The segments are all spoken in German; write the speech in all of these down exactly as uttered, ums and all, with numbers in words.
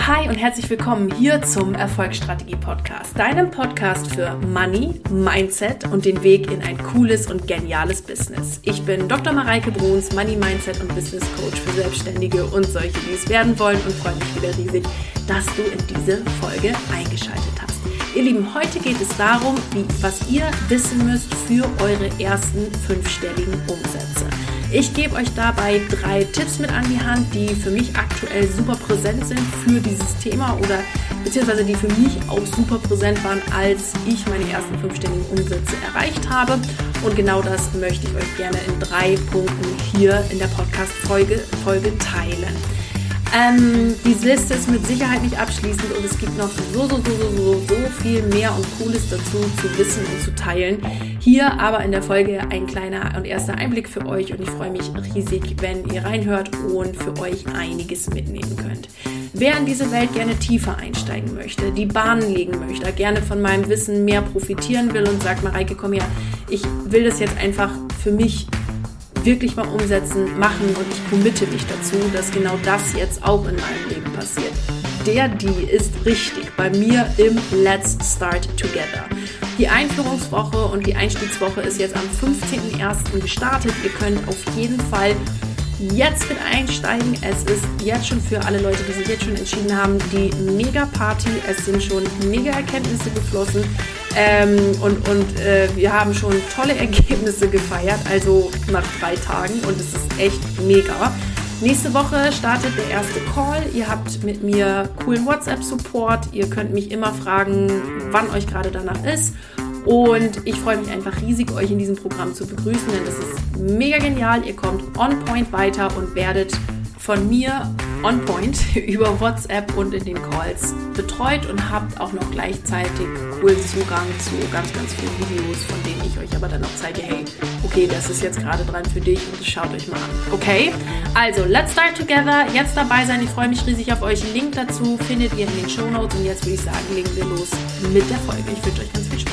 Hi und herzlich willkommen hier zum Erfolgsstrategie-Podcast, deinem Podcast für Money, Mindset und den Weg in ein cooles und geniales Business. Ich bin Doktor Mareike Bruns, Money, Mindset und Business Coach für Selbstständige und solche, die es werden wollen, und freue mich wieder riesig, dass du in diese Folge eingeschaltet hast. Ihr Lieben, heute geht es darum, wie, was ihr wissen müsst für eure ersten fünfstelligen Umsätze. Ich gebe euch dabei drei Tipps mit an die Hand, die für mich aktuell super präsent sind für dieses Thema oder beziehungsweise die für mich auch super präsent waren, als ich meine ersten fünfstelligen Umsätze erreicht habe. Und genau das möchte ich euch gerne in drei Punkten hier in der Podcast-Folge Folge teilen. Ähm, diese Liste ist mit Sicherheit nicht abschließend und es gibt noch so, so, so, so, so, so viel mehr und Cooles dazu zu wissen und zu teilen. Hier aber in der Folge ein kleiner und erster Einblick für euch und ich freue mich riesig, wenn ihr reinhört und für euch einiges mitnehmen könnt. Wer in diese Welt gerne tiefer einsteigen möchte, die Bahnen legen möchte, gerne von meinem Wissen mehr profitieren will und sagt, Mareike, komm her, ich will das jetzt einfach für mich wirklich mal umsetzen, machen und ich committe mich dazu, dass genau das jetzt auch in meinem Leben passiert. Der, die ist richtig bei mir im Let's Start Together. Die Einführungswoche und die Einstiegswoche ist jetzt am fünfzehnten ersten gestartet. Ihr könnt auf jeden Fall jetzt mit einsteigen. Es ist jetzt schon für alle Leute, die sich jetzt schon entschieden haben, die Mega-Party. Es sind schon Mega-Erkenntnisse geflossen. Ähm, und und äh, wir haben schon tolle Ergebnisse gefeiert, also nach drei Tagen, und es ist echt mega. Nächste Woche startet der erste Call. Ihr habt mit mir coolen WhatsApp-Support. Ihr könnt mich immer fragen, wann euch gerade danach ist. Und ich freue mich einfach riesig, euch in diesem Programm zu begrüßen, denn es ist mega genial. Ihr kommt on point weiter und werdet von mir on point über WhatsApp und in den Calls betreut und habt auch noch gleichzeitig coolen Zugang zu ganz, ganz vielen Videos, von denen ich euch aber dann auch zeige, hey, okay, das ist jetzt gerade dran für dich und das schaut euch mal an. Okay? Also, let's start together. Jetzt dabei sein. Ich freue mich riesig auf euch. Link dazu findet ihr in den Shownotes und jetzt würde ich sagen, legen wir los mit der Folge. Ich wünsche euch ganz viel Spaß.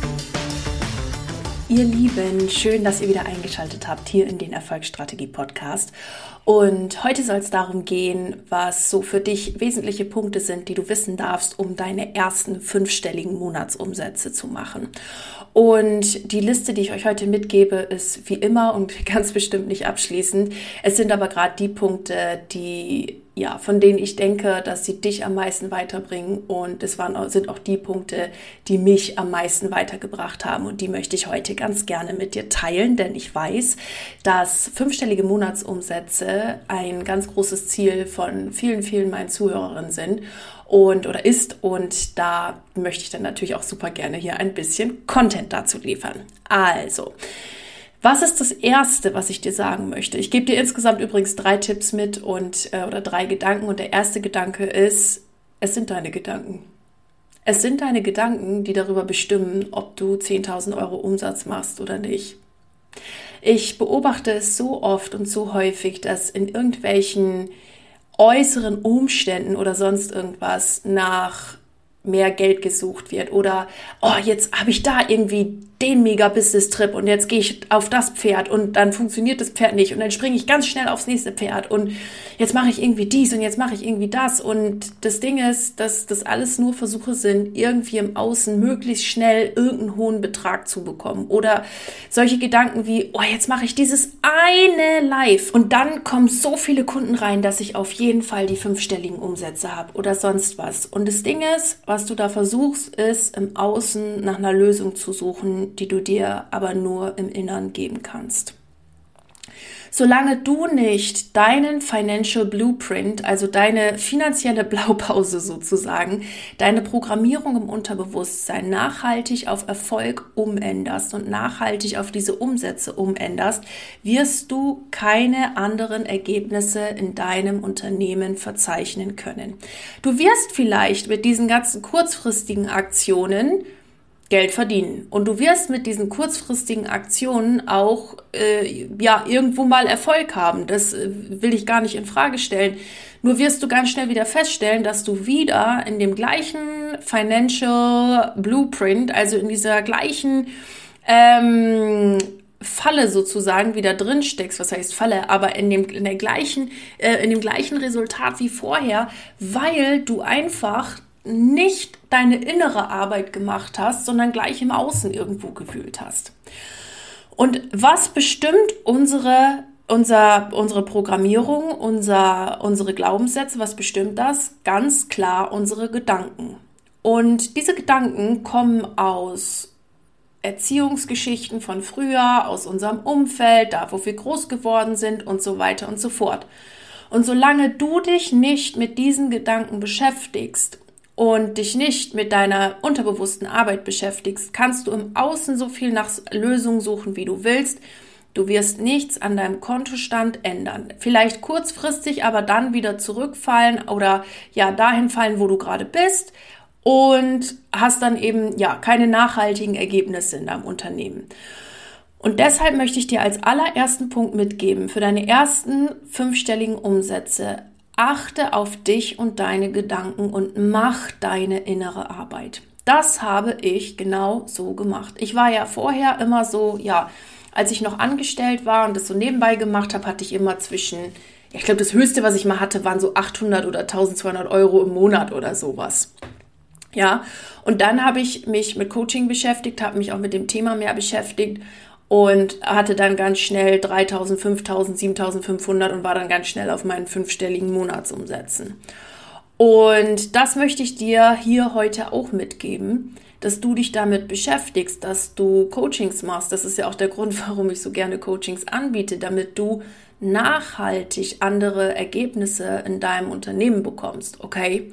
Ihr Lieben, schön, dass ihr wieder eingeschaltet habt hier in den Erfolgsstrategie-Podcast. Und heute soll es darum gehen, was so für dich wesentliche Punkte sind, die du wissen darfst, um deine ersten fünfstelligen Monatsumsätze zu machen. Und die Liste, die ich euch heute mitgebe, ist wie immer und ganz bestimmt nicht abschließend. Es sind aber gerade die Punkte, die ja, von denen ich denke, dass sie dich am meisten weiterbringen, und es waren, sind auch die Punkte, die mich am meisten weitergebracht haben, und die möchte ich heute ganz gerne mit dir teilen, denn ich weiß, dass fünfstellige Monatsumsätze ein ganz großes Ziel von vielen, vielen meinen Zuhörerinnen sind und oder ist, und da möchte ich dann natürlich auch super gerne hier ein bisschen Content dazu liefern. Also, was ist das Erste, was ich dir sagen möchte? Ich gebe dir insgesamt übrigens drei Tipps mit und äh, oder drei Gedanken. Und der erste Gedanke ist, es sind deine Gedanken. Es sind deine Gedanken, die darüber bestimmen, ob du zehntausend Euro Umsatz machst oder nicht. Ich beobachte es so oft und so häufig, dass in irgendwelchen äußeren Umständen oder sonst irgendwas nach mehr Geld gesucht wird oder, oh, jetzt habe ich da irgendwie den Mega-Business-Trip und jetzt gehe ich auf das Pferd und dann funktioniert das Pferd nicht und dann springe ich ganz schnell aufs nächste Pferd und jetzt mache ich irgendwie dies und jetzt mache ich irgendwie das, und das Ding ist, dass das alles nur Versuche sind, irgendwie im Außen möglichst schnell irgendeinen hohen Betrag zu bekommen oder solche Gedanken wie, oh, jetzt mache ich dieses eine Live und dann kommen so viele Kunden rein, dass ich auf jeden Fall die fünfstelligen Umsätze habe oder sonst was. Und das Ding ist, was du da versuchst, ist im Außen nach einer Lösung zu suchen, die du dir aber nur im Inneren geben kannst. Solange du nicht deinen Financial Blueprint, also deine finanzielle Blaupause sozusagen, deine Programmierung im Unterbewusstsein nachhaltig auf Erfolg umänderst und nachhaltig auf diese Umsätze umänderst, wirst du keine anderen Ergebnisse in deinem Unternehmen verzeichnen können. Du wirst vielleicht mit diesen ganzen kurzfristigen Aktionen Geld verdienen. Und du wirst mit diesen kurzfristigen Aktionen auch äh, ja irgendwo mal Erfolg haben. Das äh, will ich gar nicht in Frage stellen. Nur wirst du ganz schnell wieder feststellen, dass du wieder in dem gleichen Financial Blueprint, also in dieser gleichen ähm, Falle sozusagen wieder drin steckst, was heißt Falle, aber in dem, in der gleichen, äh, in dem gleichen Resultat wie vorher, weil du einfach nicht deine innere Arbeit gemacht hast, sondern gleich im Außen irgendwo gewühlt hast. Und was bestimmt unsere, unser, unsere Programmierung, unser, unsere Glaubenssätze, was bestimmt das? Ganz klar unsere Gedanken. Und diese Gedanken kommen aus Erziehungsgeschichten von früher, aus unserem Umfeld, da wo wir groß geworden sind und so weiter und so fort. Und solange du dich nicht mit diesen Gedanken beschäftigst und dich nicht mit deiner unterbewussten Arbeit beschäftigst, kannst du im Außen so viel nach Lösungen suchen, wie du willst. Du wirst nichts an deinem Kontostand ändern. Vielleicht kurzfristig, aber dann wieder zurückfallen oder ja dahin fallen, wo du gerade bist. Und hast dann eben ja keine nachhaltigen Ergebnisse in deinem Unternehmen. Und deshalb möchte ich dir als allerersten Punkt mitgeben, für deine ersten fünfstelligen Umsätze, achte auf dich und deine Gedanken und mach deine innere Arbeit. Das habe ich genau so gemacht. Ich war ja vorher immer so, ja, als ich noch angestellt war und das so nebenbei gemacht habe, hatte ich immer zwischen, ja, ich glaube, das Höchste, was ich mal hatte, waren so achthundert oder eintausendzweihundert Euro im Monat oder sowas. Ja, und dann habe ich mich mit Coaching beschäftigt, habe mich auch mit dem Thema mehr beschäftigt und hatte dann ganz schnell dreitausend, fünftausend, siebentausendfünfhundert und war dann ganz schnell auf meinen fünfstelligen Monatsumsätzen. Und das möchte ich dir hier heute auch mitgeben, dass du dich damit beschäftigst, dass du Coachings machst. Das ist ja auch der Grund, warum ich so gerne Coachings anbiete, damit du nachhaltig andere Ergebnisse in deinem Unternehmen bekommst, okay?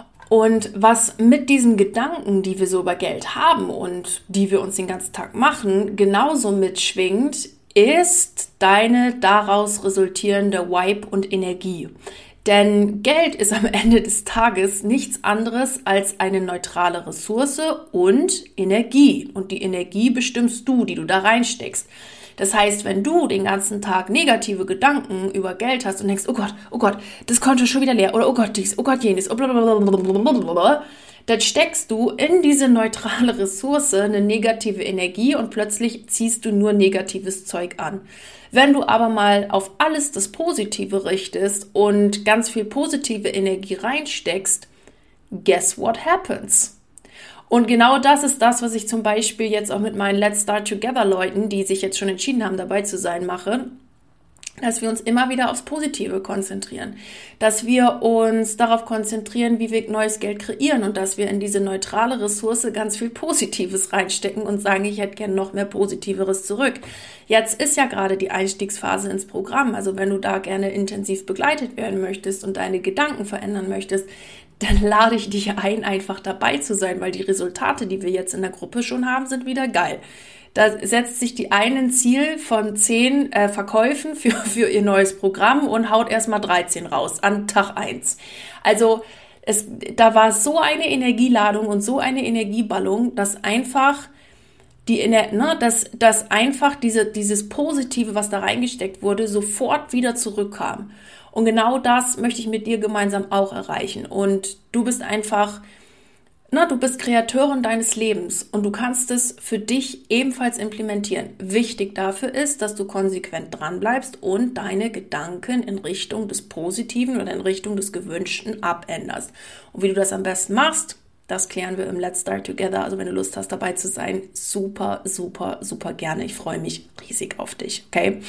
Und was mit diesen Gedanken, die wir so über Geld haben und die wir uns den ganzen Tag machen, genauso mitschwingt, ist deine daraus resultierende Vibe und Energie. Denn Geld ist am Ende des Tages nichts anderes als eine neutrale Ressource und Energie. Und die Energie bestimmst du, die du da reinsteckst. Das heißt, wenn du den ganzen Tag negative Gedanken über Geld hast und denkst, oh Gott, oh Gott, das Konto ist schon wieder leer oder oh Gott dies, oh Gott jenes, oh blablabla, dann steckst du in diese neutrale Ressource eine negative Energie und plötzlich ziehst du nur negatives Zeug an. Wenn du aber mal auf alles das Positive richtest und ganz viel positive Energie reinsteckst, guess what happens? Und genau das ist das, was ich zum Beispiel jetzt auch mit meinen Let's Start Together Leuten, die sich jetzt schon entschieden haben, dabei zu sein, mache, dass wir uns immer wieder aufs Positive konzentrieren, dass wir uns darauf konzentrieren, wie wir neues Geld kreieren und dass wir in diese neutrale Ressource ganz viel Positives reinstecken und sagen, ich hätte gerne noch mehr Positiveres zurück. Jetzt ist ja gerade die Einstiegsphase ins Programm, also wenn du da gerne intensiv begleitet werden möchtest und deine Gedanken verändern möchtest, dann lade ich dich ein, einfach dabei zu sein, weil die Resultate, die wir jetzt in der Gruppe schon haben, sind wieder geil. Da setzt sich die eine ein Ziel von zehn äh, Verkäufen für, für ihr neues Programm und haut erstmal dreizehn raus an Tag eins. Also es, da war so eine Energieladung und so eine Energieballung, dass einfach die, ne, dass, dass einfach diese, dieses Positive, was da reingesteckt wurde, sofort wieder zurückkam. Und genau das möchte ich mit dir gemeinsam auch erreichen. Und du bist einfach, na, du bist Kreateurin deines Lebens und du kannst es für dich ebenfalls implementieren. Wichtig dafür ist, dass du konsequent dran bleibst und deine Gedanken in Richtung des Positiven oder in Richtung des Gewünschten abänderst. Und wie du das am besten machst, das klären wir im Let's Start Together. Also wenn du Lust hast, dabei zu sein, super, super, super gerne. Ich freue mich riesig auf dich, okay?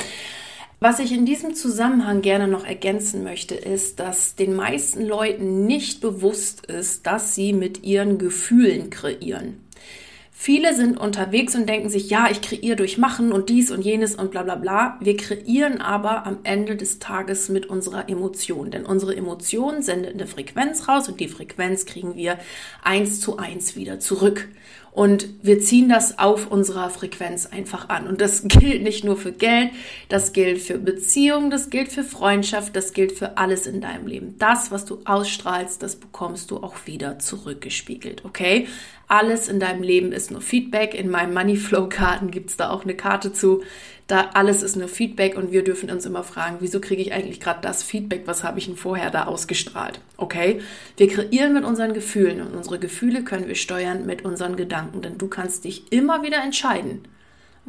Was ich in diesem Zusammenhang gerne noch ergänzen möchte, ist, dass den meisten Leuten nicht bewusst ist, dass sie mit ihren Gefühlen kreieren. Viele sind unterwegs und denken sich, ja, ich kreiere durch Machen und dies und jenes und bla bla bla. Wir kreieren aber am Ende des Tages mit unserer Emotion. Denn unsere Emotion sendet eine Frequenz raus und die Frequenz kriegen wir eins zu eins wieder zurück. Und wir ziehen das auf unserer Frequenz einfach an. Und das gilt nicht nur für Geld, das gilt für Beziehungen, das gilt für Freundschaft, das gilt für alles in deinem Leben. Das, was du ausstrahlst, das bekommst du auch wieder zurückgespiegelt, okay? Alles in deinem Leben ist nur Feedback. In meinen Moneyflow-Karten gibt es da auch eine Karte zu. Da alles ist nur Feedback und wir dürfen uns immer fragen, wieso kriege ich eigentlich gerade das Feedback, was habe ich denn vorher da ausgestrahlt? Okay? Wir kreieren mit unseren Gefühlen und unsere Gefühle können wir steuern mit unseren Gedanken, denn du kannst dich immer wieder entscheiden,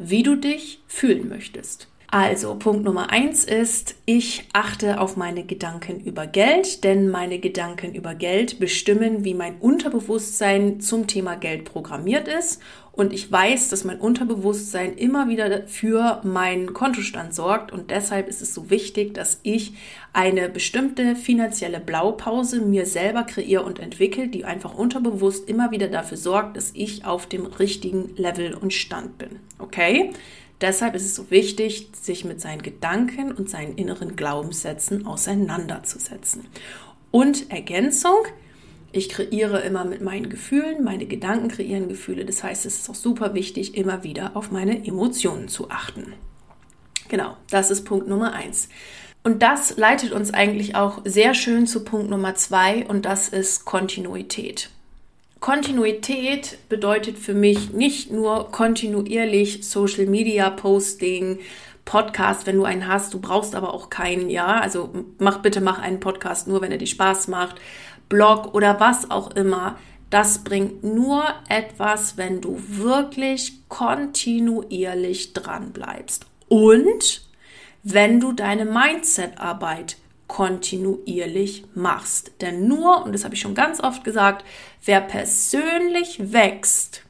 wie du dich fühlen möchtest. Also Punkt Nummer eins ist, ich achte auf meine Gedanken über Geld, denn meine Gedanken über Geld bestimmen, wie mein Unterbewusstsein zum Thema Geld programmiert ist. Und ich weiß, dass mein Unterbewusstsein immer wieder für meinen Kontostand sorgt. Und deshalb ist es so wichtig, dass ich eine bestimmte finanzielle Blaupause mir selber kreiere und entwickle, die einfach unterbewusst immer wieder dafür sorgt, dass ich auf dem richtigen Level und Stand bin. Okay? Deshalb ist es so wichtig, sich mit seinen Gedanken und seinen inneren Glaubenssätzen auseinanderzusetzen. Und Ergänzung, ich kreiere immer mit meinen Gefühlen, meine Gedanken kreieren Gefühle. Das heißt, es ist auch super wichtig, immer wieder auf meine Emotionen zu achten. Genau, das ist Punkt Nummer eins. Und das leitet uns eigentlich auch sehr schön zu Punkt Nummer zwei und das ist Kontinuität. Kontinuität bedeutet für mich nicht nur kontinuierlich Social Media Posting, Podcast, wenn du einen hast, du brauchst aber auch keinen, ja, also mach bitte mach einen Podcast nur, wenn er dir Spaß macht, Blog oder was auch immer. Das bringt nur etwas, wenn du wirklich kontinuierlich dran bleibst und wenn du deine Mindset-Arbeit kontinuierlich machst. Denn nur, und das habe ich schon ganz oft gesagt, wer persönlich wächst,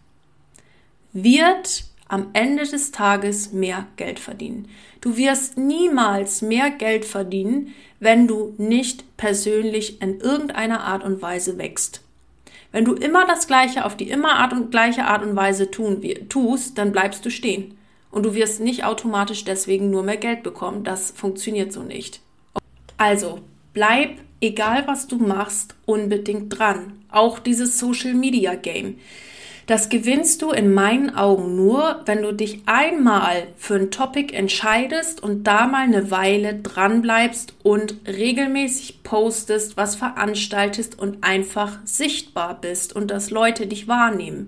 wird am Ende des Tages mehr Geld verdienen. Du wirst niemals mehr Geld verdienen, wenn du nicht persönlich in irgendeiner Art und Weise wächst. Wenn du immer das Gleiche auf die immer Art und gleiche Art und Weise tun, tust, dann bleibst du stehen. Und du wirst nicht automatisch deswegen nur mehr Geld bekommen. Das funktioniert so nicht. Also, bleib, egal was du machst, unbedingt dran. Auch dieses Social Media Game. Das gewinnst du in meinen Augen nur, wenn du dich einmal für ein Topic entscheidest und da mal eine Weile dran bleibst und regelmäßig postest, was veranstaltest und einfach sichtbar bist und dass Leute dich wahrnehmen.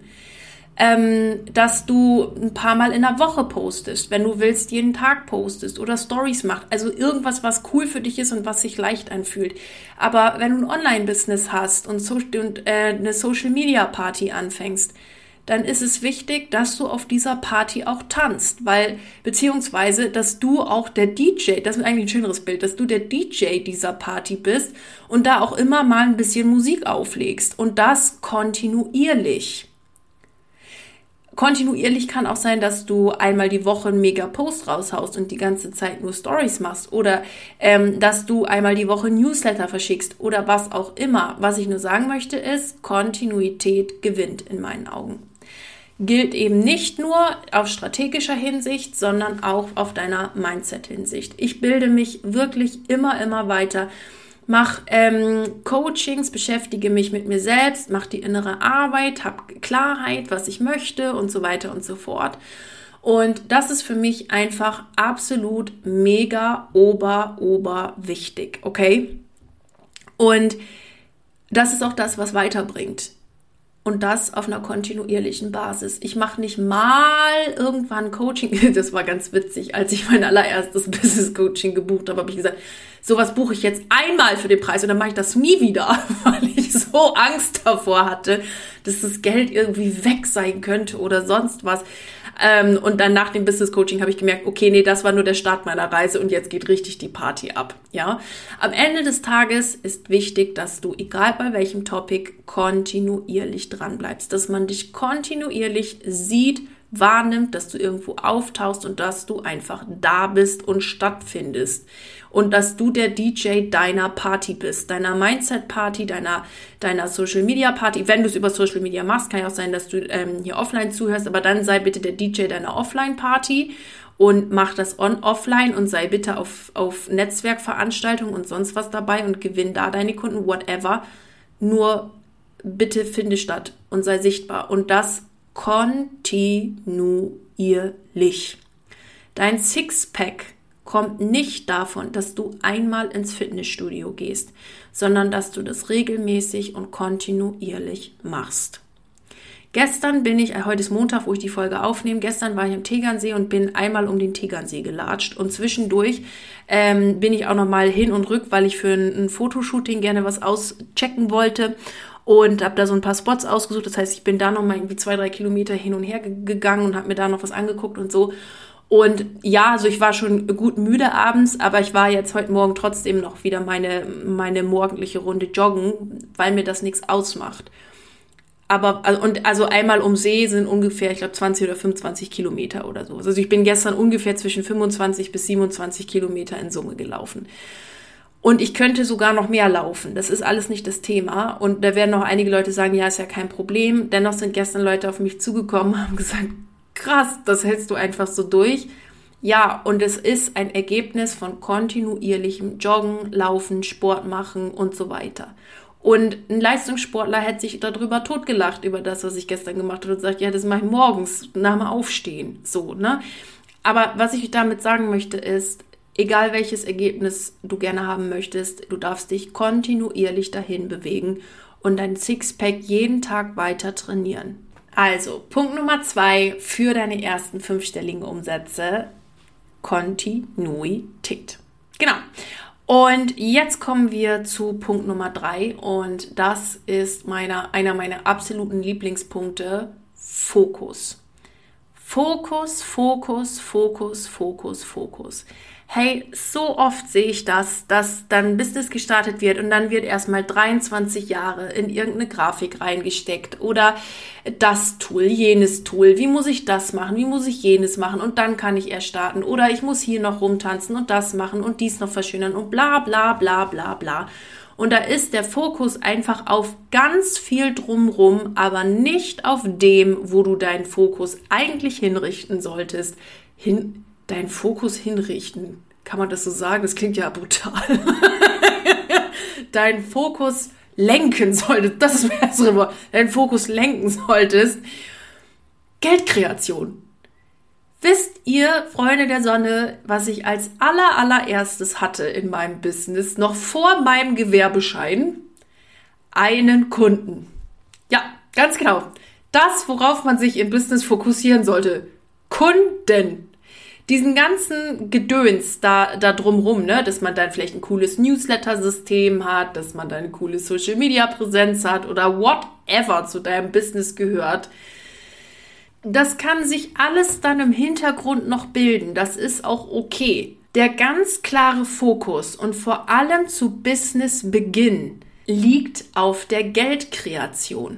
Ähm, dass du ein paar Mal in der Woche postest, wenn du willst, jeden Tag postest oder Stories machst. Also irgendwas, was cool für dich ist und was sich leicht anfühlt. Aber wenn du ein Online-Business hast und, so, und äh, eine Social-Media-Party anfängst, dann ist es wichtig, dass du auf dieser Party auch tanzt, weil, beziehungsweise, dass du auch der D J, das ist eigentlich ein schöneres Bild, dass du der D J dieser Party bist und da auch immer mal ein bisschen Musik auflegst und das kontinuierlich. Kontinuierlich kann auch sein, dass du einmal die Woche einen Mega-Post raushaust und die ganze Zeit nur Stories machst oder ähm, dass du einmal die Woche Newsletter verschickst oder was auch immer. Was ich nur sagen möchte ist, Kontinuität gewinnt in meinen Augen. Gilt eben nicht nur auf strategischer Hinsicht, sondern auch auf deiner Mindset-Hinsicht. Ich bilde mich wirklich immer, immer weiter. Mach ähm, Coachings, beschäftige mich mit mir selbst, mach die innere Arbeit, hab Klarheit, was ich möchte und so weiter und so fort. Und das ist für mich einfach absolut mega ober, ober wichtig, okay? Und das ist auch das, was weiterbringt. Und das auf einer kontinuierlichen Basis. Ich mache nicht mal irgendwann Coaching. Das war ganz witzig. Als ich mein allererstes Business-Coaching gebucht habe, habe ich gesagt, sowas buche ich jetzt einmal für den Preis und dann mache ich das nie wieder, weil ich so Angst davor hatte, dass das Geld irgendwie weg sein könnte oder sonst was. Ähm, und dann nach dem Business Coaching habe ich gemerkt, okay, nee, das war nur der Start meiner Reise und jetzt geht richtig die Party ab. Ja, am Ende des Tages ist wichtig, dass du, egal bei welchem Topic, kontinuierlich dran bleibst, dass man dich kontinuierlich sieht, wahrnimmt, dass du irgendwo auftauchst und dass du einfach da bist und stattfindest. Und dass du der D J deiner Party bist, deiner Mindset-Party, deiner, deiner Social-Media-Party. Wenn du es über Social Media machst, kann ja auch sein, dass du ähm, hier offline zuhörst, aber dann sei bitte der D J deiner Offline-Party und mach das on-offline und sei bitte auf, auf Netzwerkveranstaltungen und sonst was dabei und gewinn da deine Kunden, whatever. Nur bitte finde statt und sei sichtbar. Und das kontinuierlich. Dein Sixpack kommt nicht davon, dass du einmal ins Fitnessstudio gehst, sondern dass du das regelmäßig und kontinuierlich machst. Gestern bin ich, heute ist Montag, wo ich die Folge aufnehme, gestern war ich am Tegernsee und bin einmal um den Tegernsee gelatscht und zwischendurch ähm, bin ich auch nochmal hin und rück, weil ich für ein, ein Fotoshooting gerne was auschecken wollte und habe da so ein paar Spots ausgesucht. Das heißt, ich bin da noch mal irgendwie zwei, drei Kilometer hin und her ge- gegangen und habe mir da noch was angeguckt und so. Und ja, also ich war schon gut müde abends, aber ich war jetzt heute Morgen trotzdem noch wieder meine, meine morgendliche Runde joggen, weil mir das nichts ausmacht. Aber, also, und also einmal um See sind ungefähr, ich glaube, zwanzig oder fünfundzwanzig Kilometer oder so. Also ich bin gestern ungefähr zwischen fünfundzwanzig bis siebenundzwanzig Kilometer in Summe gelaufen. Und ich könnte sogar noch mehr laufen. Das ist alles nicht das Thema. Und da werden noch einige Leute sagen, ja, ist ja kein Problem. Dennoch sind gestern Leute auf mich zugekommen und haben gesagt, krass, das hältst du einfach so durch. Ja, und es ist ein Ergebnis von kontinuierlichem Joggen, Laufen, Sport machen und so weiter. Und ein Leistungssportler hätte sich darüber totgelacht, über das, was ich gestern gemacht habe und sagt, ja, das mache ich morgens nach dem Aufstehen. So, ne? Aber was ich damit sagen möchte ist, egal welches Ergebnis du gerne haben möchtest, du darfst dich kontinuierlich dahin bewegen und dein Sixpack jeden Tag weiter trainieren. Also, Punkt Nummer zwei für deine ersten fünfstelligen Umsätze, Kontinuität. Genau. Und jetzt kommen wir zu Punkt Nummer drei und das ist meiner, einer meiner absoluten Lieblingspunkte, Fokus. Fokus, Fokus, Fokus, Fokus, Fokus. Hey, so oft sehe ich das, dass dann Business gestartet wird und dann wird erstmal dreiundzwanzig Jahre in irgendeine Grafik reingesteckt oder das Tool, jenes Tool, wie muss ich das machen, wie muss ich jenes machen und dann kann ich erst starten oder ich muss hier noch rumtanzen und das machen und dies noch verschönern und bla bla bla bla bla. Und da ist der Fokus einfach auf ganz viel drumrum, aber nicht auf dem, wo du deinen Fokus eigentlich hinrichten solltest. Hin, deinen Fokus hinrichten. Kann man das so sagen? Das klingt ja brutal. Deinen Fokus lenken solltest. Das ist das bessere Wort. Deinen Fokus lenken solltest. Geldkreation. Wisst ihr, Freunde der Sonne, was ich als aller, allererstes hatte in meinem Business, noch vor meinem Gewerbeschein? Einen Kunden. Ja, ganz genau. Das, worauf man sich im Business fokussieren sollte. Kunden. Diesen ganzen Gedöns da, da drumrum, ne, dass man dann vielleicht ein cooles Newsletter-System hat, dass man dann eine coole Social-Media-Präsenz hat oder whatever zu deinem Business gehört. Das kann sich alles dann im Hintergrund noch bilden. Das ist auch okay. Der ganz klare Fokus und vor allem zu Business-Beginn liegt auf der Geldkreation.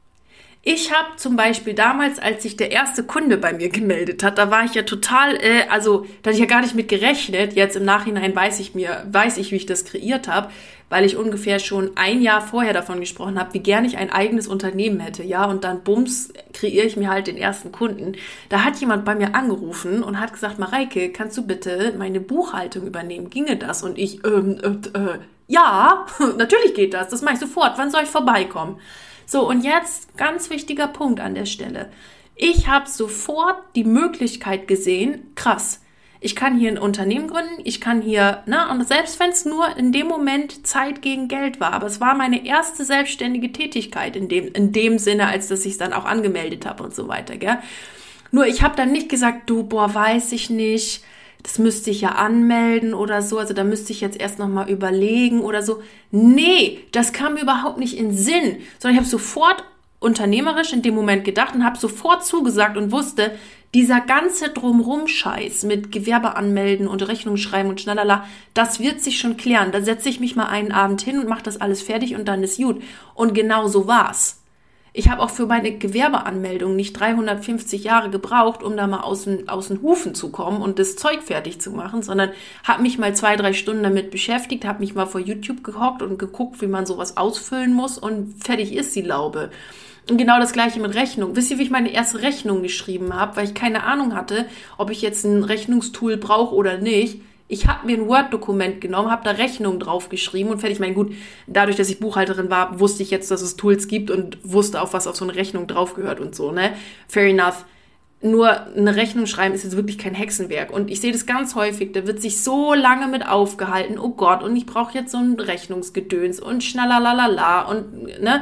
Ich habe zum Beispiel damals, als sich der erste Kunde bei mir gemeldet hat, da war ich ja total, äh, also da hatte ich ja gar nicht mit gerechnet. Jetzt im Nachhinein weiß ich mir, weiß ich, wie ich das kreiert habe, weil ich ungefähr schon ein Jahr vorher davon gesprochen habe, wie gerne ich ein eigenes Unternehmen hätte, ja, und dann bums, kreiere ich mir halt den ersten Kunden. Da hat jemand bei mir angerufen und hat gesagt, Mareike, kannst du bitte meine Buchhaltung übernehmen? Ginge das? Und ich, ähm, äh, äh, ja, natürlich geht das, das mache ich sofort. Wann soll ich vorbeikommen? So, und jetzt ganz wichtiger Punkt an der Stelle. Ich habe sofort die Möglichkeit gesehen, krass, ich kann hier ein Unternehmen gründen, ich kann hier, ne, und selbst wenn es nur in dem Moment Zeit gegen Geld war, aber es war meine erste selbstständige Tätigkeit in dem, in dem Sinne, als dass ich es dann auch angemeldet habe und so weiter, gell. Nur ich habe dann nicht gesagt, du, boah, weiß ich nicht, das müsste ich ja anmelden oder so, also da müsste ich jetzt erst nochmal überlegen oder so. Nee, das kam mir überhaupt nicht in den Sinn, sondern ich habe sofort unternehmerisch in dem Moment gedacht und habe sofort zugesagt und wusste, dieser ganze Drumrum-Scheiß mit Gewerbe anmelden und Rechnung schreiben und schnalala, das wird sich schon klären. Da setze ich mich mal einen Abend hin und mache das alles fertig und dann ist gut. Und genau so war's. Ich habe auch für meine Gewerbeanmeldung nicht dreihundertfünfzig Jahre gebraucht, um da mal aus den, aus den Hufen zu kommen und das Zeug fertig zu machen, sondern habe mich mal zwei, drei Stunden damit beschäftigt, habe mich mal vor YouTube gehockt und geguckt, wie man sowas ausfüllen muss und fertig ist die Laube. Und genau das Gleiche mit Rechnung. Wisst ihr, wie ich meine erste Rechnung geschrieben habe, weil ich keine Ahnung hatte, ob ich jetzt ein Rechnungstool brauche oder nicht. Ich habe mir ein Word-Dokument genommen, habe da Rechnungen drauf geschrieben und fertig. Ich meine, gut, dadurch, dass ich Buchhalterin war, wusste ich jetzt, dass es Tools gibt und wusste auch, was auf so eine Rechnung draufgehört und so, ne? Fair enough. Nur eine Rechnung schreiben ist jetzt wirklich kein Hexenwerk. Und ich sehe das ganz häufig, da wird sich so lange mit aufgehalten, oh Gott, und ich brauche jetzt so ein Rechnungsgedöns und schnallalalala und, ne?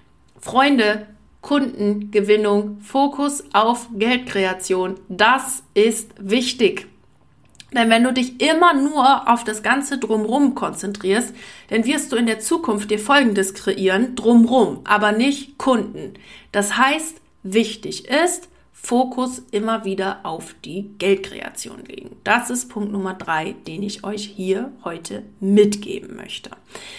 Freunde, Kundengewinnung, Fokus auf Geldkreation, das ist wichtig. Denn wenn du dich immer nur auf das Ganze Drumrum konzentrierst, dann wirst du in der Zukunft dir Folgendes kreieren, Drumrum, aber nicht Kunden. Das heißt, wichtig ist, Fokus immer wieder auf die Geldkreation legen. Das ist Punkt Nummer drei, den ich euch hier heute mitgeben möchte.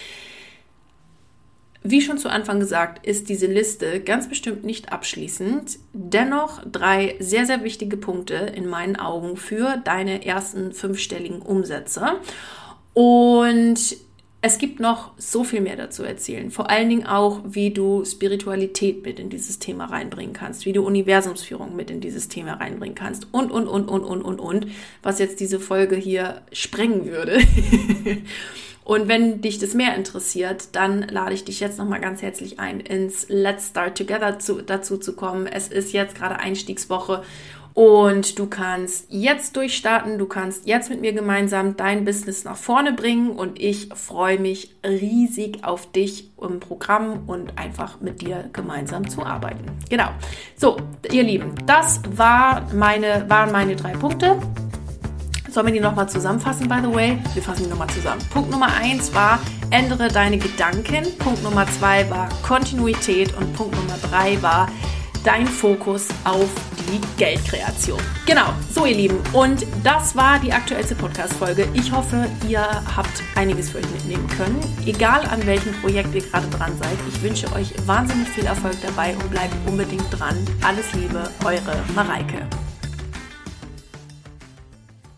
Wie schon zu Anfang gesagt, ist diese Liste ganz bestimmt nicht abschließend. Dennoch drei sehr, sehr wichtige Punkte in meinen Augen für deine ersten fünfstelligen Umsätze. Und es gibt noch so viel mehr dazu erzählen. Vor allen Dingen auch, wie du Spiritualität mit in dieses Thema reinbringen kannst, wie du Universumsführung mit in dieses Thema reinbringen kannst und, und, und, und, und, und, und, was jetzt diese Folge hier sprengen würde. Und wenn dich das mehr interessiert, dann lade ich dich jetzt nochmal ganz herzlich ein, ins Let's Start Together zu, dazu zu kommen. Es ist jetzt gerade Einstiegswoche und du kannst jetzt durchstarten, du kannst jetzt mit mir gemeinsam dein Business nach vorne bringen und ich freue mich riesig auf dich im Programm und einfach mit dir gemeinsam zu arbeiten. Genau. So, ihr Lieben, das war meine, waren meine drei Punkte. Sollen wir die nochmal zusammenfassen, by the way? Wir fassen die nochmal zusammen. Punkt Nummer eins war, ändere deine Gedanken. Punkt Nummer zwei war Kontinuität. Und Punkt Nummer drei war dein Fokus auf die Geldkreation. Genau, so ihr Lieben. Und das war die aktuellste Podcast-Folge. Ich hoffe, ihr habt einiges für euch mitnehmen können. Egal an welchem Projekt ihr gerade dran seid. Ich wünsche euch wahnsinnig viel Erfolg dabei und bleibt unbedingt dran. Alles Liebe, eure Mareike.